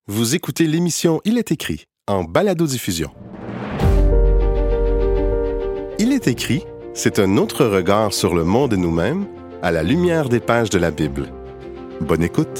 Vous écoutez l'émission Il est écrit, en balado-diffusion. Il est écrit, c'est un autre regard sur le monde et nous-mêmes, à la lumière des pages de la Bible. Bonne écoute.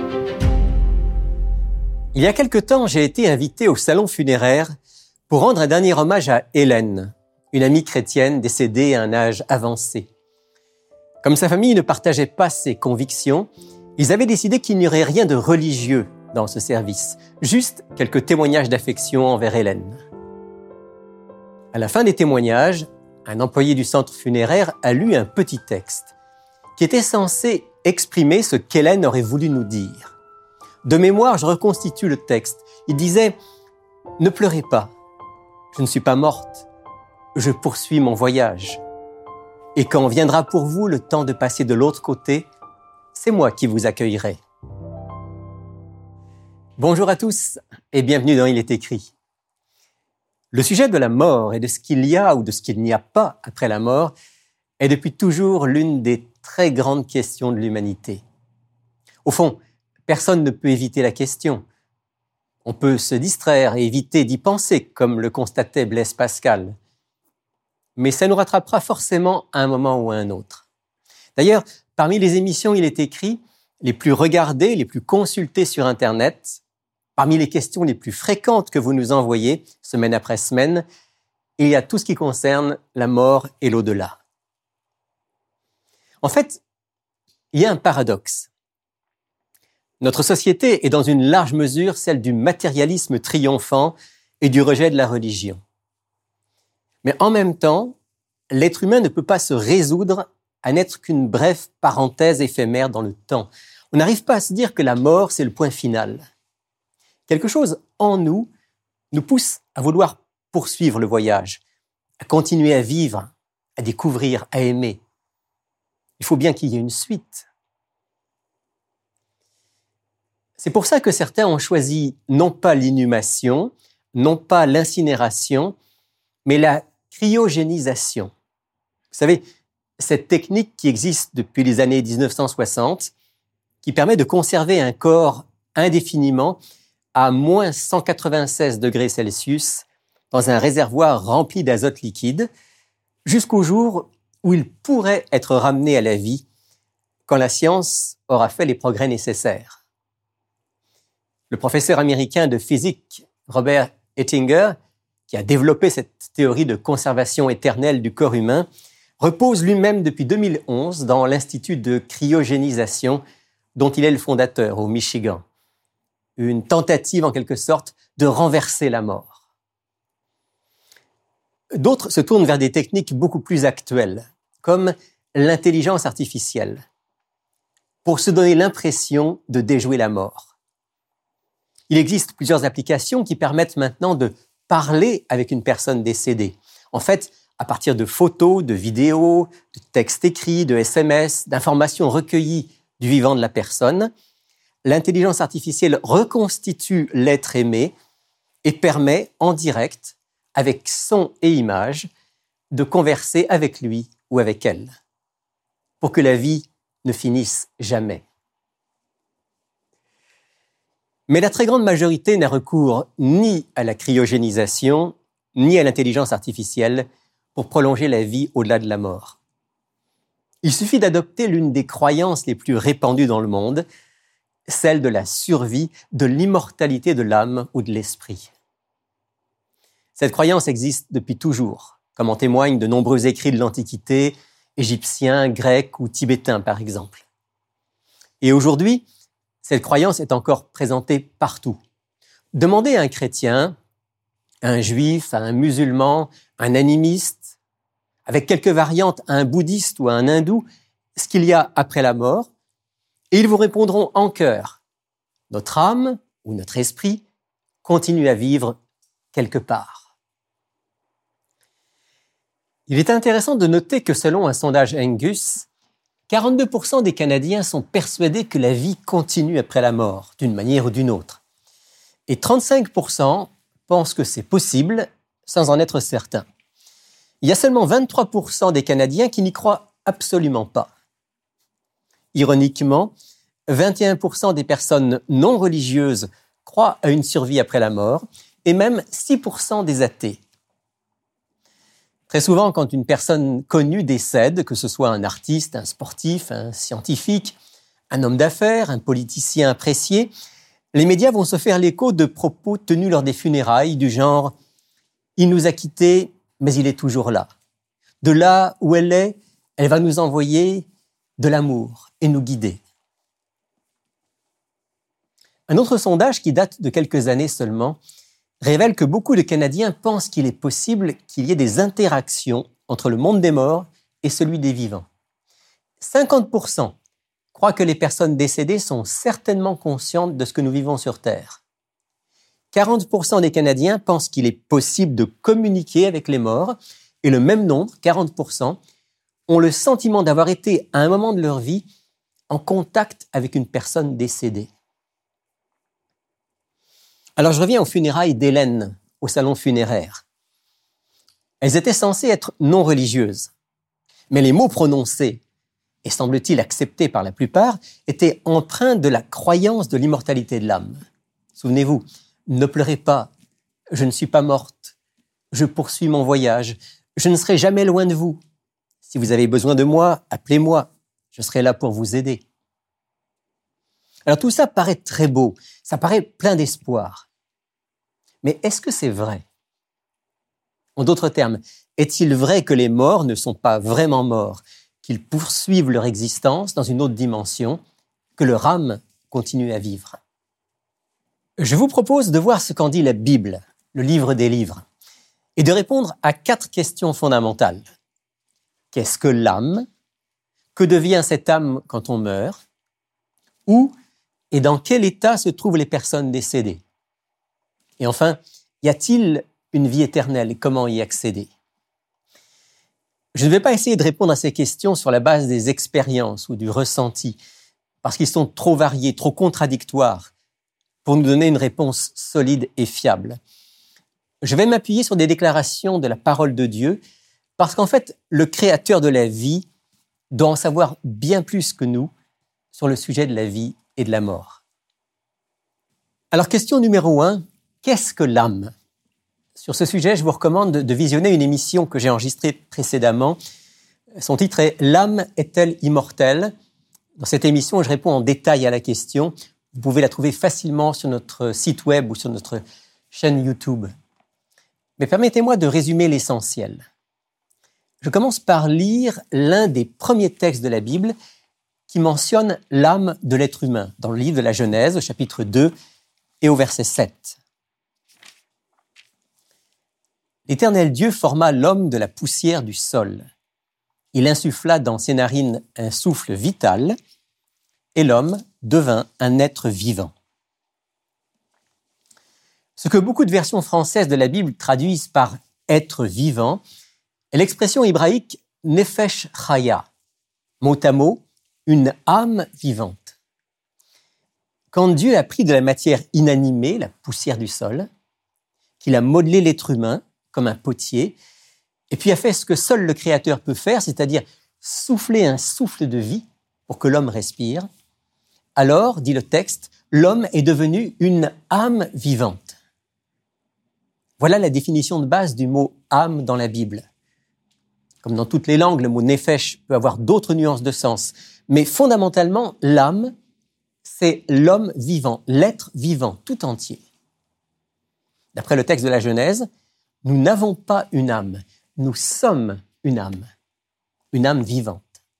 Il y a quelque temps, j'ai été invité au salon funéraire pour rendre un dernier hommage à Hélène, une amie chrétienne décédée à un âge avancé. Comme sa famille ne partageait pas ses convictions, ils avaient décidé qu'il n'y aurait rien de religieux dans ce service, juste quelques témoignages d'affection envers Hélène. À la fin des témoignages, un employé du centre funéraire a lu un petit texte qui était censé exprimer ce qu'Hélène aurait voulu nous dire. De mémoire, je reconstitue le texte. Il disait « Ne pleurez pas, je ne suis pas morte, je poursuis mon voyage. Et quand viendra pour vous le temps de passer de l'autre côté, c'est moi qui vous accueillerai. » Bonjour à tous et bienvenue dans Il est écrit. Le sujet de la mort et de ce qu'il y a ou de ce qu'il n'y a pas après la mort est depuis toujours l'une des très grandes questions de l'humanité. Au fond, personne ne peut éviter la question. On peut se distraire et éviter d'y penser, comme le constatait Blaise Pascal. Mais ça nous rattrapera forcément à un moment ou à un autre. D'ailleurs, parmi les émissions Il est écrit, les plus regardées, les plus consultées sur Internet, parmi les questions les plus fréquentes que vous nous envoyez, semaine après semaine, il y a tout ce qui concerne la mort et l'au-delà. En fait, il y a un paradoxe. Notre société est dans une large mesure celle du matérialisme triomphant et du rejet de la religion. Mais en même temps, l'être humain ne peut pas se résoudre à n'être qu'une brève parenthèse éphémère dans le temps. On n'arrive pas à se dire que la mort, c'est le point final. Quelque chose en nous pousse à vouloir poursuivre le voyage, à continuer à vivre, à découvrir, à aimer. Il faut bien qu'il y ait une suite. C'est pour ça que certains ont choisi non pas l'inhumation, non pas l'incinération, mais la cryogénisation. Vous savez, cette technique qui existe depuis les années 1960, qui permet de conserver un corps indéfiniment à moins 196 degrés Celsius dans un réservoir rempli d'azote liquide, jusqu'au jour où il pourrait être ramené à la vie quand la science aura fait les progrès nécessaires. Le professeur américain de physique Robert Ettinger, qui a développé cette théorie de conservation éternelle du corps humain, repose lui-même depuis 2011 dans l'Institut de cryogénisation dont il est le fondateur au Michigan. Une tentative en quelque sorte de renverser la mort. D'autres se tournent vers des techniques beaucoup plus actuelles, comme l'intelligence artificielle, pour se donner l'impression de déjouer la mort. Il existe plusieurs applications qui permettent maintenant de parler avec une personne décédée. En fait, à partir de photos, de vidéos, de textes écrits, de SMS, d'informations recueillies du vivant de la personne, l'intelligence artificielle reconstitue l'être aimé et permet en direct, avec son et image, de converser avec lui ou avec elle, pour que la vie ne finisse jamais. Mais la très grande majorité n'a recours ni à la cryogénisation, ni à l'intelligence artificielle pour prolonger la vie au-delà de la mort. Il suffit d'adopter l'une des croyances les plus répandues dans le monde, celle de la survie, de l'immortalité de l'âme ou de l'esprit. Cette croyance existe depuis toujours, comme en témoignent de nombreux écrits de l'Antiquité, égyptiens, grecs ou tibétains par exemple. Et aujourd'hui, cette croyance est encore présentée partout. Demandez à un chrétien, à un juif, à un musulman, à un animiste, avec quelques variantes à un bouddhiste ou à un hindou, ce qu'il y a après la mort, et ils vous répondront en chœur. Notre âme ou notre esprit continue à vivre quelque part. Il est intéressant de noter que selon un sondage Angus, 42% des Canadiens sont persuadés que la vie continue après la mort, d'une manière ou d'une autre. Et 35% pensent que c'est possible sans en être certains. Il y a seulement 23% des Canadiens qui n'y croient absolument pas. Ironiquement, 21% des personnes non religieuses croient à une survie après la mort, et même 6% des athées. Très souvent, quand une personne connue décède, que ce soit un artiste, un sportif, un scientifique, un homme d'affaires, un politicien apprécié, les médias vont se faire l'écho de propos tenus lors des funérailles du genre « Il nous a quittés, mais il est toujours là. De là où elle est, elle va nous envoyer de l'amour et nous guider. » Un autre sondage qui date de quelques années seulement révèle que beaucoup de Canadiens pensent qu'il est possible qu'il y ait des interactions entre le monde des morts et celui des vivants. 50% croient que les personnes décédées sont certainement conscientes de ce que nous vivons sur Terre. 40% des Canadiens pensent qu'il est possible de communiquer avec les morts et le même nombre, 40%, ont le sentiment d'avoir été à un moment de leur vie en contact avec une personne décédée. Alors je reviens aux funérailles d'Hélène, au salon funéraire. Elles étaient censées être non religieuses, mais les mots prononcés, et semble-t-il acceptés par la plupart, étaient empreints de la croyance de l'immortalité de l'âme. Souvenez-vous, ne pleurez pas, je ne suis pas morte, je poursuis mon voyage, je ne serai jamais loin de vous. Si vous avez besoin de moi, appelez-moi, je serai là pour vous aider. Alors tout ça paraît très beau, ça paraît plein d'espoir. Mais est-ce que c'est vrai? En d'autres termes, est-il vrai que les morts ne sont pas vraiment morts, qu'ils poursuivent leur existence dans une autre dimension, que leur âme continue à vivre? Je vous propose de voir ce qu'en dit la Bible, le livre des livres, et de répondre à 4 questions fondamentales. Qu'est-ce que l'âme? Que devient cette âme quand on meurt? Où et dans quel état se trouvent les personnes décédées? Et enfin, y a-t-il une vie éternelle et comment y accéder? Je ne vais pas essayer de répondre à ces questions sur la base des expériences ou du ressenti, parce qu'ils sont trop variés, trop contradictoires pour nous donner une réponse solide et fiable. Je vais m'appuyer sur des déclarations de la parole de Dieu, parce qu'en fait, le Créateur de la vie doit en savoir bien plus que nous sur le sujet de la vie et de la mort. Alors, question numéro 1, qu'est-ce que l'âme? Sur ce sujet, je vous recommande de visionner une émission que j'ai enregistrée précédemment. Son titre est « L'âme est-elle immortelle ?» Dans cette émission, je réponds en détail à la question. Vous pouvez la trouver facilement sur notre site web ou sur notre chaîne YouTube. Mais permettez-moi de résumer l'essentiel. Je commence par lire l'un des premiers textes de la Bible qui mentionne l'âme de l'être humain, dans le livre de la Genèse, au chapitre 2 et au verset 7. L'Éternel Dieu forma l'homme de la poussière du sol. Il insuffla dans ses narines un souffle vital, et l'homme devint un être vivant. Ce que beaucoup de versions françaises de la Bible traduisent par « être vivant » est l'expression hébraïque « nefesh chaya », mot à mot, une âme vivante. Quand Dieu a pris de la matière inanimée, la poussière du sol, qu'il a modelé l'être humain comme un potier, et puis a fait ce que seul le Créateur peut faire, c'est-à-dire souffler un souffle de vie pour que l'homme respire, alors, dit le texte, l'homme est devenu une âme vivante. Voilà la définition de base du mot « âme » dans la Bible. Comme dans toutes les langues, le mot « nefesh » peut avoir d'autres nuances de sens, mais fondamentalement, l'âme, c'est l'homme vivant, l'être vivant tout entier. D'après le texte de la Genèse, nous n'avons pas une âme, nous sommes une âme vivante.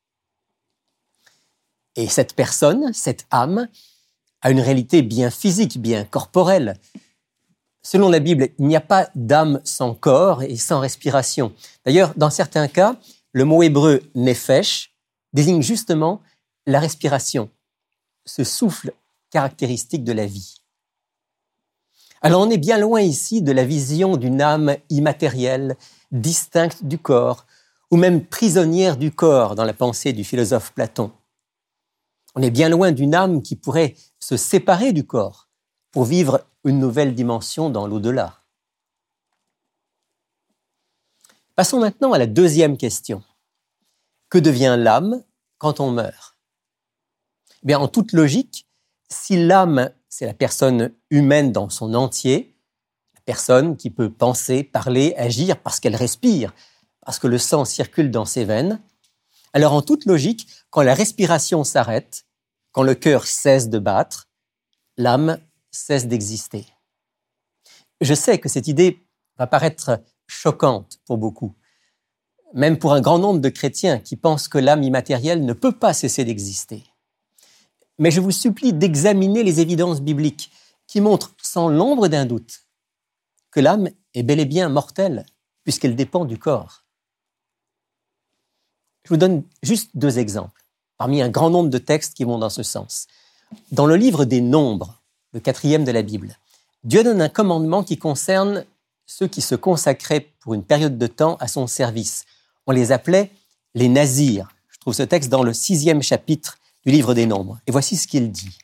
Et cette personne, cette âme, a une réalité bien physique, bien corporelle. Selon la Bible, il n'y a pas d'âme sans corps et sans respiration. D'ailleurs, dans certains cas, le mot hébreu « nefesh » désigne justement la respiration, ce souffle caractéristique de la vie. Alors on est bien loin ici de la vision d'une âme immatérielle, distincte du corps, ou même prisonnière du corps dans la pensée du philosophe Platon. On est bien loin d'une âme qui pourrait se séparer du corps pour vivre une nouvelle dimension dans l'au-delà. Passons maintenant à la deuxième question. Que devient l'âme quand on meurt? Eh bien, en toute logique, si l'âme, c'est la personne humaine dans son entier, la personne qui peut penser, parler, agir parce qu'elle respire, parce que le sang circule dans ses veines. Alors en toute logique, quand la respiration s'arrête, quand le cœur cesse de battre, l'âme cesse d'exister. Je sais que cette idée va paraître choquante pour beaucoup, même pour un grand nombre de chrétiens qui pensent que l'âme immatérielle ne peut pas cesser d'exister. Mais je vous supplie d'examiner les évidences bibliques qui montrent sans l'ombre d'un doute que l'âme est bel et bien mortelle puisqu'elle dépend du corps. Je vous donne juste 2 exemples, parmi un grand nombre de textes qui vont dans ce sens. Dans le livre des Nombres, le 4e de la Bible, Dieu donne un commandement qui concerne ceux qui se consacraient pour une période de temps à son service. On les appelait les nazirs. Je trouve ce texte dans le 6e chapitre du livre des Nombres. Et voici ce qu'il dit.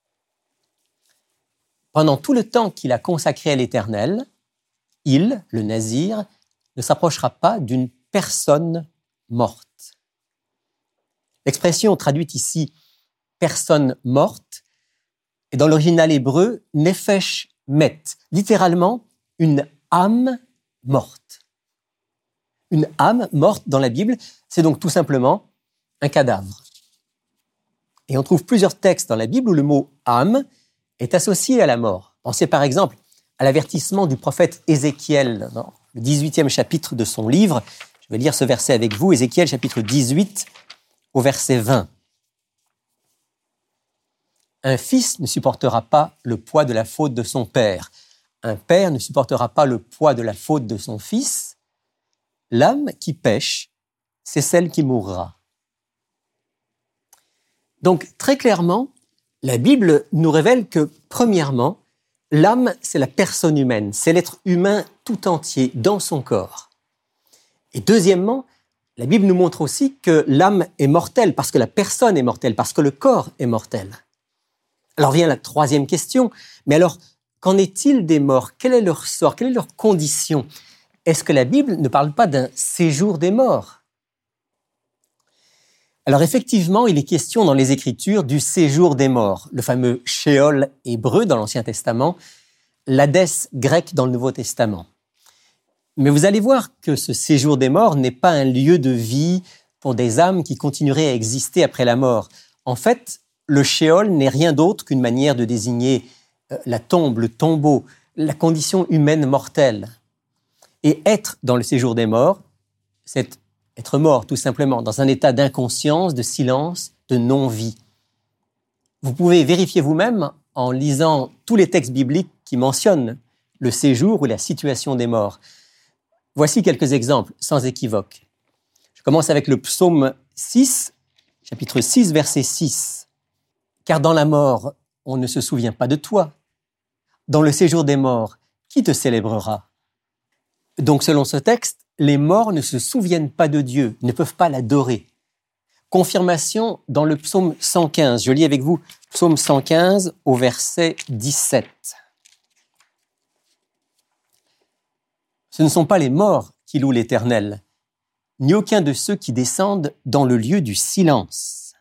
Pendant tout le temps qu'il a consacré à l'Éternel, il, le nazir, ne s'approchera pas d'une personne morte. L'expression traduite ici « personne morte » est dans l'original hébreu « nefesh met », littéralement une âme morte. Une âme morte dans la Bible, c'est donc tout simplement un cadavre. Et on trouve plusieurs textes dans la Bible où le mot « âme » est associé à la mort. Pensez par exemple à l'avertissement du prophète Ézéchiel dans le 18e chapitre de son livre. Je vais lire ce verset avec vous, Ézéchiel chapitre 18 au verset 20. Un fils ne supportera pas le poids de la faute de son père. Un père ne supportera pas le poids de la faute de son fils. L'âme qui pêche, c'est celle qui mourra. Donc, très clairement, la Bible nous révèle que, premièrement, l'âme, c'est la personne humaine, c'est l'être humain tout entier dans son corps. Et deuxièmement, la Bible nous montre aussi que l'âme est mortelle, parce que la personne est mortelle, parce que le corps est mortel. Alors vient la 3e question, mais alors, qu'en est-il des morts? Quel est leur sort? Quelle est leur condition? Est-ce que la Bible ne parle pas d'un séjour des morts? Alors effectivement, il est question dans les Écritures du séjour des morts, le fameux Sheol hébreu dans l'Ancien Testament, l'Hadès grec dans le Nouveau Testament. Mais vous allez voir que ce séjour des morts n'est pas un lieu de vie pour des âmes qui continueraient à exister après la mort. En fait, le Sheol n'est rien d'autre qu'une manière de désigner la tombe, le tombeau, la condition humaine mortelle. Et être dans le séjour des morts, c'est être mort, tout simplement, dans un état d'inconscience, de silence, de non-vie. Vous pouvez vérifier vous-même en lisant tous les textes bibliques qui mentionnent le séjour ou la situation des morts. Voici quelques exemples, sans équivoque. Je commence avec le psaume 6, chapitre 6, verset 6. « Car dans la mort, on ne se souvient pas de toi. Dans le séjour des morts, qui te célébrera ?» Donc, selon ce texte, les morts ne se souviennent pas de Dieu, ne peuvent pas l'adorer. Confirmation dans le psaume 115. Je lis avec vous psaume 115 au verset 17. Ce ne sont pas les morts qui louent l'Éternel, ni aucun de ceux qui descendent dans le lieu du silence.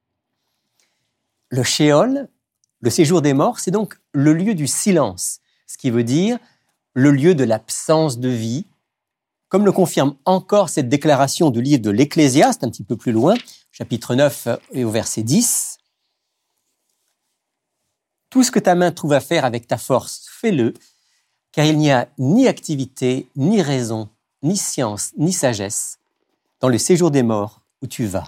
Le Sheol, le séjour des morts, c'est donc le lieu du silence, ce qui veut dire le lieu de l'absence de vie, comme le confirme encore cette déclaration du livre de l'Ecclésiaste, un petit peu plus loin, chapitre 9 et au verset 10. « Tout ce que ta main trouve à faire avec ta force, fais-le, car il n'y a ni activité, ni raison, ni science, ni sagesse dans le séjour des morts où tu vas. »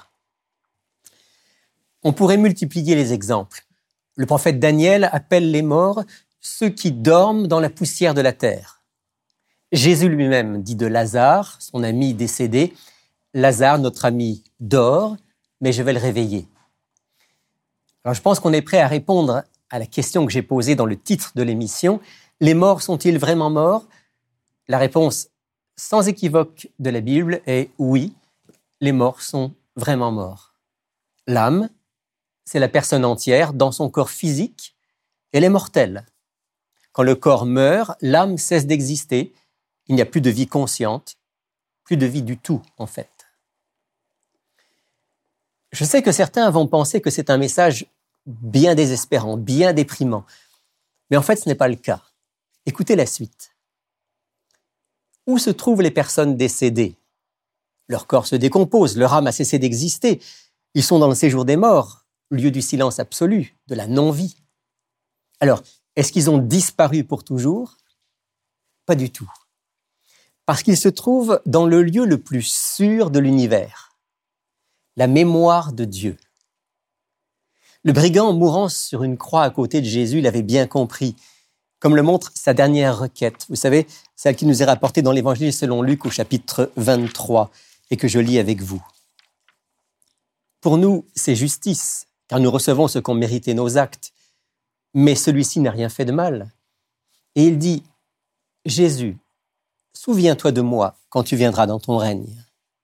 On pourrait multiplier les exemples. Le prophète Daniel appelle les morts ceux qui dorment dans la poussière de la terre. Jésus lui-même dit de Lazare, son ami décédé, « Lazare, notre ami, dort, mais je vais le réveiller. » Alors je pense qu'on est prêt à répondre à la question que j'ai posée dans le titre de l'émission. Les morts sont-ils vraiment morts? La réponse sans équivoque de la Bible est oui, les morts sont vraiment morts. L'âme, c'est la personne entière dans son corps physique, elle est mortelle. Quand le corps meurt, l'âme cesse d'exister. Il n'y a plus de vie consciente, plus de vie du tout, en fait. Je sais que certains vont penser que c'est un message bien désespérant, bien déprimant. Mais en fait, ce n'est pas le cas. Écoutez la suite. Où se trouvent les personnes décédées? Leur corps se décompose, leur âme a cessé d'exister. Ils sont dans le séjour des morts, lieu du silence absolu, de la non-vie. Alors, est-ce qu'ils ont disparu pour toujours? Pas du tout. Parce qu'ils se trouvent dans le lieu le plus sûr de l'univers, la mémoire de Dieu. Le brigand mourant sur une croix à côté de Jésus l'avait bien compris, comme le montre sa dernière requête. Vous savez, celle qui nous est rapportée dans l'Évangile selon Luc au chapitre 23 et que je lis avec vous. Pour nous, c'est justice, car nous recevons ce qu'ont mérité nos actes. Mais celui-ci n'a rien fait de mal. Et il dit, « Jésus, souviens-toi de moi quand tu viendras dans ton règne. »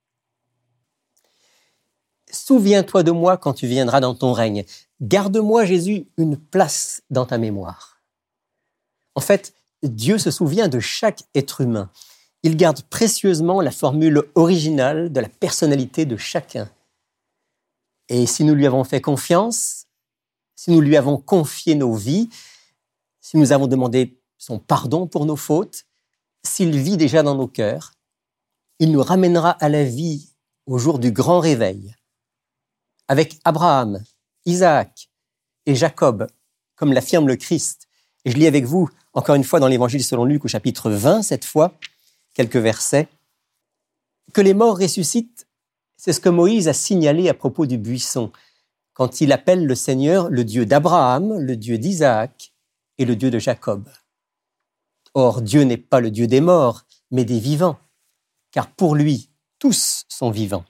Souviens-toi de moi quand tu viendras dans ton règne. Garde-moi, Jésus, une place dans ta mémoire. En fait, Dieu se souvient de chaque être humain. Il garde précieusement la formule originale de la personnalité de chacun. Et si nous lui avons fait confiance, si nous lui avons confié nos vies, si nous avons demandé son pardon pour nos fautes, s'il vit déjà dans nos cœurs, il nous ramènera à la vie au jour du grand réveil, avec Abraham, Isaac et Jacob, comme l'affirme le Christ. Et je lis avec vous, encore une fois, dans l'Évangile selon Luc, au chapitre 20, cette fois, quelques versets. Que les morts ressuscitent, c'est ce que Moïse a signalé à propos du buisson, quand il appelle le Seigneur le Dieu d'Abraham, le Dieu d'Isaac et le Dieu de Jacob. Or, Dieu n'est pas le Dieu des morts, mais des vivants, car pour lui, tous sont vivants.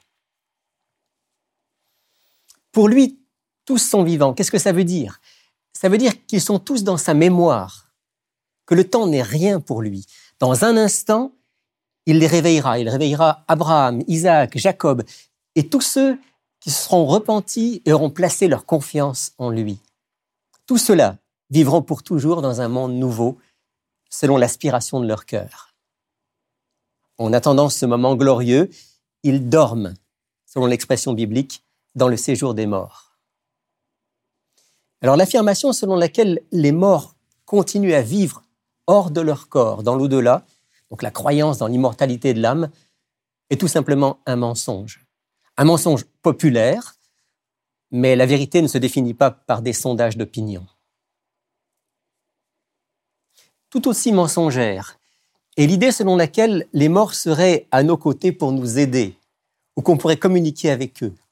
Pour lui, tous sont vivants. Qu'est-ce que ça veut dire? Ça veut dire qu'ils sont tous dans sa mémoire, que le temps n'est rien pour lui. Dans un instant, il les réveillera. Il réveillera Abraham, Isaac, Jacob et tous ceux qui se seront repentis et auront placé leur confiance en lui. Tous ceux-là vivront pour toujours dans un monde nouveau, selon l'aspiration de leur cœur. En attendant ce moment glorieux, ils dorment, selon l'expression biblique, dans le séjour des morts. Alors l'affirmation selon laquelle les morts continuent à vivre hors de leur corps, dans l'au-delà, donc la croyance dans l'immortalité de l'âme, est tout simplement un mensonge. Un mensonge populaire, mais la vérité ne se définit pas par des sondages d'opinion. Tout aussi mensongère est l'idée selon laquelle les morts seraient à nos côtés pour nous aider ou qu'on pourrait communiquer avec eux.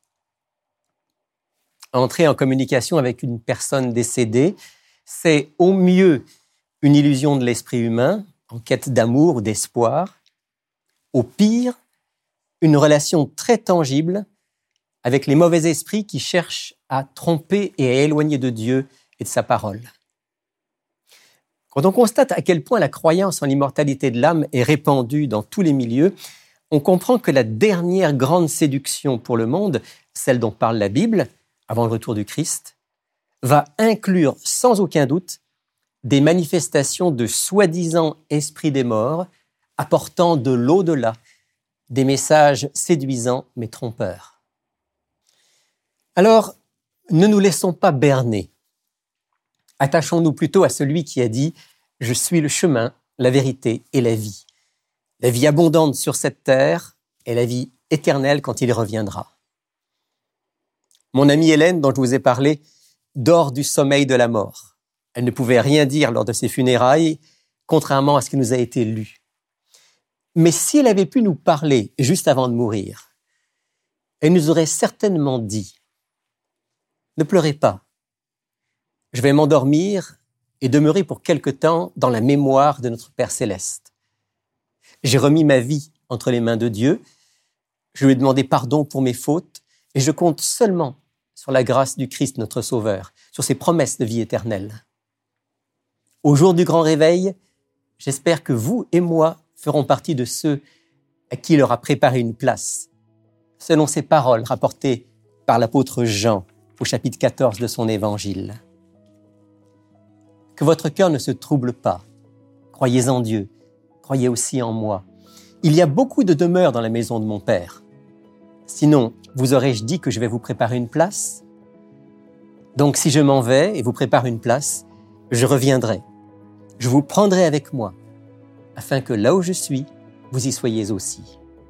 Entrer en communication avec une personne décédée, c'est au mieux une illusion de l'esprit humain, en quête d'amour ou d'espoir, au pire, une relation très tangible avec les mauvais esprits qui cherchent à tromper et à éloigner de Dieu et de sa parole. Quand on constate à quel point la croyance en l'immortalité de l'âme est répandue dans tous les milieux, on comprend que la dernière grande séduction pour le monde, celle dont parle la Bible, avant le retour du Christ, va inclure sans aucun doute des manifestations de soi-disant esprits des morts apportant de l'au-delà des messages séduisants mais trompeurs. Alors, ne nous laissons pas berner. Attachons-nous plutôt à celui qui a dit « Je suis le chemin, la vérité et la vie ». La vie abondante sur cette terre et la vie éternelle quand il reviendra. Mon amie Hélène, dont je vous ai parlé, dort du sommeil de la mort. Elle ne pouvait rien dire lors de ses funérailles, contrairement à ce qui nous a été lu. Mais si elle avait pu nous parler juste avant de mourir, elle nous aurait certainement dit « Ne pleurez pas, je vais m'endormir et demeurer pour quelque temps dans la mémoire de notre Père céleste. J'ai remis ma vie entre les mains de Dieu, je lui ai demandé pardon pour mes fautes et je compte seulement sur la grâce du Christ, notre Sauveur, sur ses promesses de vie éternelle. Au jour du grand réveil, j'espère que vous et moi ferons partie de ceux à qui il aura préparé une place, selon ces paroles rapportées par l'apôtre Jean au chapitre 14 de son évangile. Que votre cœur ne se trouble pas. Croyez en Dieu, croyez aussi en moi. Il y a beaucoup de demeures dans la maison de mon Père. Sinon, vous aurais-je dit que je vais vous préparer une place? Donc si je m'en vais et vous prépare une place, je reviendrai Je vous prendrai avec moi, afin que là où je suis, vous y soyez aussi.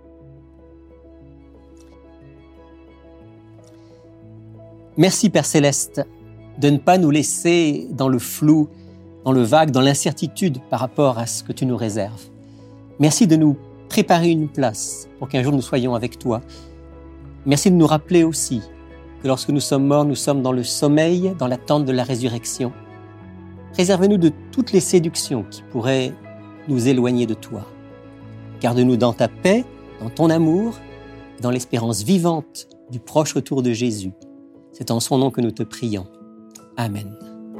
Merci Père Céleste de ne pas nous laisser dans le flou, dans le vague, dans l'incertitude par rapport à ce que tu nous réserves. Merci de nous préparer une place pour qu'un jour nous soyons avec toi. Merci de nous rappeler aussi que lorsque nous sommes morts, nous sommes dans le sommeil, dans l'attente de la résurrection. Préserve-nous de toutes les séductions qui pourraient nous éloigner de toi. Garde-nous dans ta paix, dans ton amour, dans l'espérance vivante du proche retour de Jésus. C'est en son nom que nous te prions. Amen.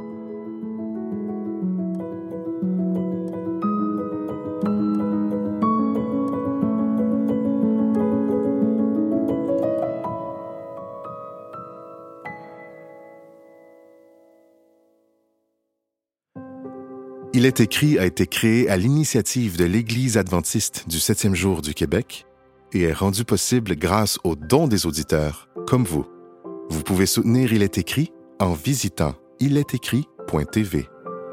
Il est écrit a été créé à l'initiative de l'Église adventiste du 7e jour du Québec et est rendu possible grâce aux dons des auditeurs, comme vous. Vous pouvez soutenir Il est écrit en visitant ilestécrit.tv.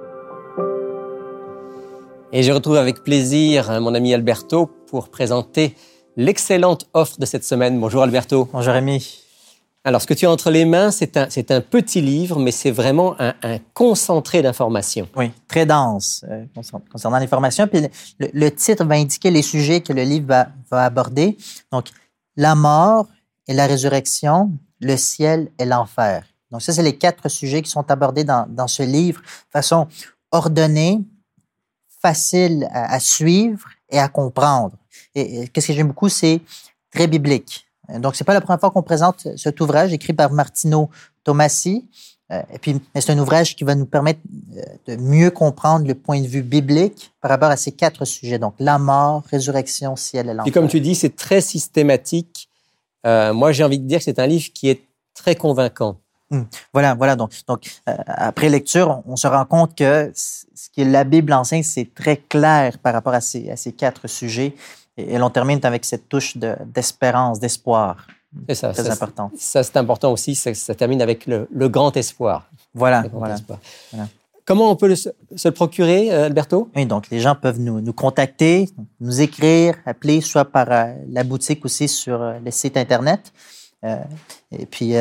Et je retrouve avec plaisir mon ami Alberto pour présenter l'excellente offre de cette semaine. Bonjour Alberto. Bonjour Rémi. Alors, ce que tu as entre les mains, c'est un petit livre, mais c'est vraiment un concentré d'informations. Oui, très dense concernant l'information. Puis le titre va indiquer les sujets que le livre va aborder. Donc, la mort et la résurrection, le ciel et l'enfer. Donc, ça, c'est les 4 sujets qui sont abordés dans ce livre de façon ordonnée, facile à suivre et à comprendre. Et qu'est-ce que j'aime beaucoup, c'est très biblique. Donc, c'est pas la première fois qu'on présente cet ouvrage écrit par Martino Tomassi. Mais c'est un ouvrage qui va nous permettre de mieux comprendre le point de vue biblique par rapport à ces 4 sujets. Donc, la mort, résurrection, ciel et l'enfer. Et comme tu dis, c'est très systématique. Moi, j'ai envie de dire que c'est un livre qui est très convaincant. Voilà. Donc, après lecture, on se rend compte que ce que la Bible enseigne, c'est très clair par rapport à ces 4 sujets. Et l'on termine avec cette touche d'espérance, d'espoir. C'est ça. Très important. Ça, c'est important aussi. Ça termine avec le grand espoir. Voilà. Comment on peut se le procurer, Alberto? Oui, donc les gens peuvent nous contacter, nous écrire, appeler, soit par la boutique aussi sur le site Internet. Et puis...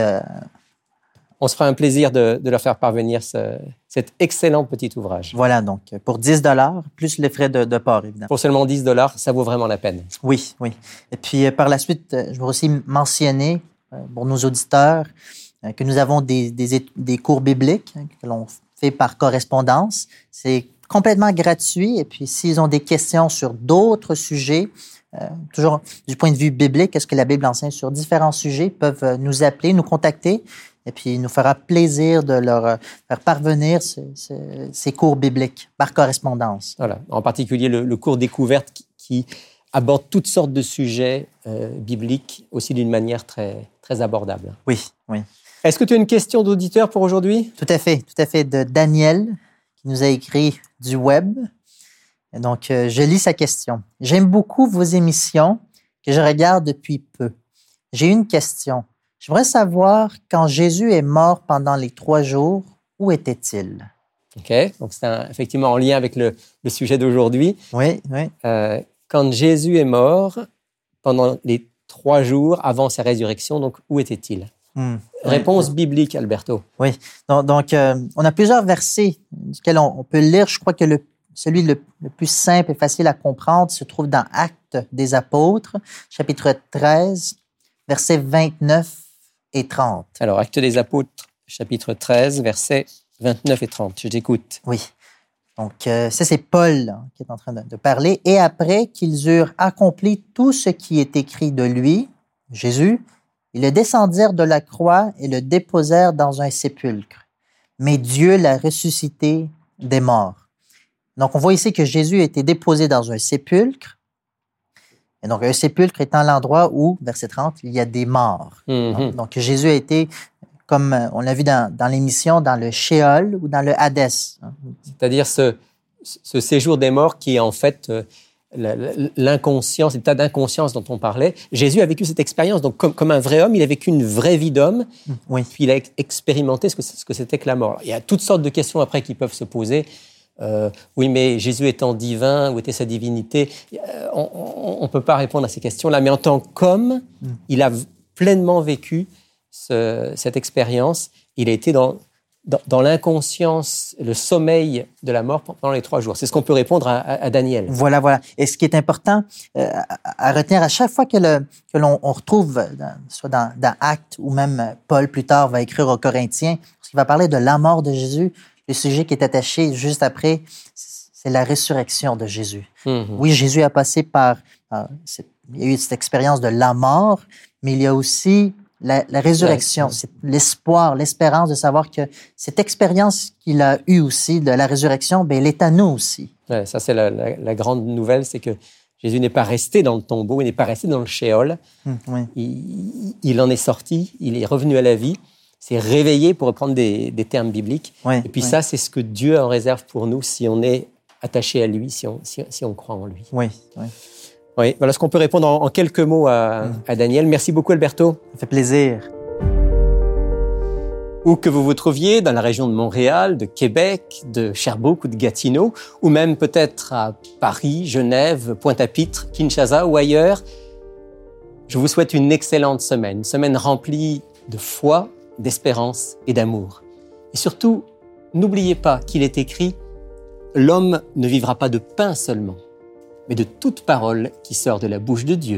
on se fera un plaisir de leur faire parvenir cet excellent petit ouvrage. Voilà, donc pour 10 $, plus les frais de port, évidemment. Pour seulement 10 $, ça vaut vraiment la peine. Oui. Et puis par la suite, je veux aussi mentionner pour nos auditeurs que nous avons des cours bibliques que l'on fait par correspondance. C'est complètement gratuit. Et puis s'ils ont des questions sur d'autres sujets, toujours du point de vue biblique, qu'est-ce que la Bible enseigne sur différents sujets, ils peuvent nous appeler, nous contacter. Et puis, il nous fera plaisir de leur faire parvenir ces cours bibliques par correspondance. Voilà. En particulier, le cours découverte qui aborde toutes sortes de sujets bibliques, aussi d'une manière très, très abordable. Oui. Est-ce que tu as une question d'auditeur pour aujourd'hui? Tout à fait. De Daniel, qui nous a écrit du web. Et donc, je lis sa question. « J'aime beaucoup vos émissions que je regarde depuis peu. J'ai une question. J'aimerais savoir, quand Jésus est mort pendant les 3 jours, où était-il? » OK. Donc, c'est effectivement en lien avec le sujet d'aujourd'hui. Oui. Quand Jésus est mort, pendant les 3 jours avant sa résurrection, donc où était-il? Réponse biblique, Alberto. Oui. Donc, on a plusieurs versets duquel on peut lire. Je crois que celui le plus simple et facile à comprendre se trouve dans Actes des Apôtres, chapitre 13, versets 29 et 30. Alors, Actes des Apôtres, chapitre 13, versets 29 et 30. Je t'écoute. Oui. Donc, ça, c'est Paul qui est en train de parler. « Et après qu'ils eurent accompli tout ce qui est écrit de lui, Jésus, ils le descendirent de la croix et le déposèrent dans un sépulcre. Mais Dieu l'a ressuscité des morts. » Donc, on voit ici que Jésus a été déposé dans un sépulcre. Et donc, un sépulcre étant l'endroit où, verset 30, il y a des morts. Donc, Jésus a été, comme on l'a vu dans l'émission, dans le Sheol ou dans le Hadès. C'est-à-dire ce séjour des morts qui est en fait l'inconscience, l'état d'inconscience dont on parlait. Jésus a vécu cette expérience. Donc, comme un vrai homme, il a vécu une vraie vie d'homme. Oui. Puis il a expérimenté ce que c'était que la mort. Il y a toutes sortes de questions après qui peuvent se poser. oui, mais Jésus étant divin, où était sa divinité? On ne peut pas répondre à ces questions-là. Mais en tant qu'homme, il a pleinement vécu cette expérience. Il a été dans l'inconscience, le sommeil de la mort pendant les 3 jours. C'est ce qu'on peut répondre à Daniel. Voilà. Et ce qui est important à retenir à chaque fois que l'on retrouve, soit dans Actes ou même Paul plus tard va écrire aux Corinthiens, parce qu'il va parler de la mort de Jésus, le sujet qui est attaché juste après, c'est la résurrection de Jésus. Oui, Jésus a passé il y a eu cette expérience de la mort, mais il y a aussi la résurrection, c'est l'espoir, l'espérance de savoir que cette expérience qu'il a eue aussi de la résurrection, elle est à nous aussi. Ouais, ça, c'est la grande nouvelle, c'est que Jésus n'est pas resté dans le tombeau, il n'est pas resté dans le shéol. Il en est sorti, il est revenu à la vie, s'est réveillé, pour reprendre des termes bibliques. Et puis ça, c'est ce que Dieu en réserve pour nous si on est attaché à lui, si on croit en lui. Oui, voilà ce qu'on peut répondre en quelques mots à Daniel. Merci beaucoup, Alberto. Ça fait plaisir. Où que vous vous trouviez, dans la région de Montréal, de Québec, de Sherbrooke ou de Gatineau, ou même peut-être à Paris, Genève, Pointe-à-Pitre, Kinshasa ou ailleurs, je vous souhaite une excellente semaine, une semaine remplie de foi, d'espérance et d'amour. Et surtout, n'oubliez pas qu'il est écrit « L'homme ne vivra pas de pain seulement, mais de toute parole qui sort de la bouche de Dieu. »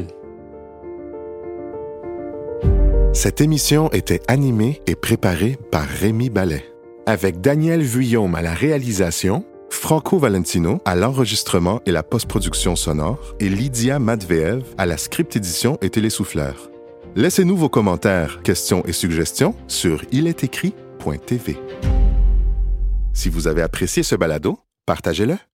Cette émission était animée et préparée par Rémi Ballet, avec Daniel Vuillaume à la réalisation, Franco Valentino à l'enregistrement et la post-production sonore et Lydia Matveev à la script édition et télésouffleur. Laissez-nous vos commentaires, questions et suggestions sur ilestécrit.tv. Si vous avez apprécié ce balado, partagez-le.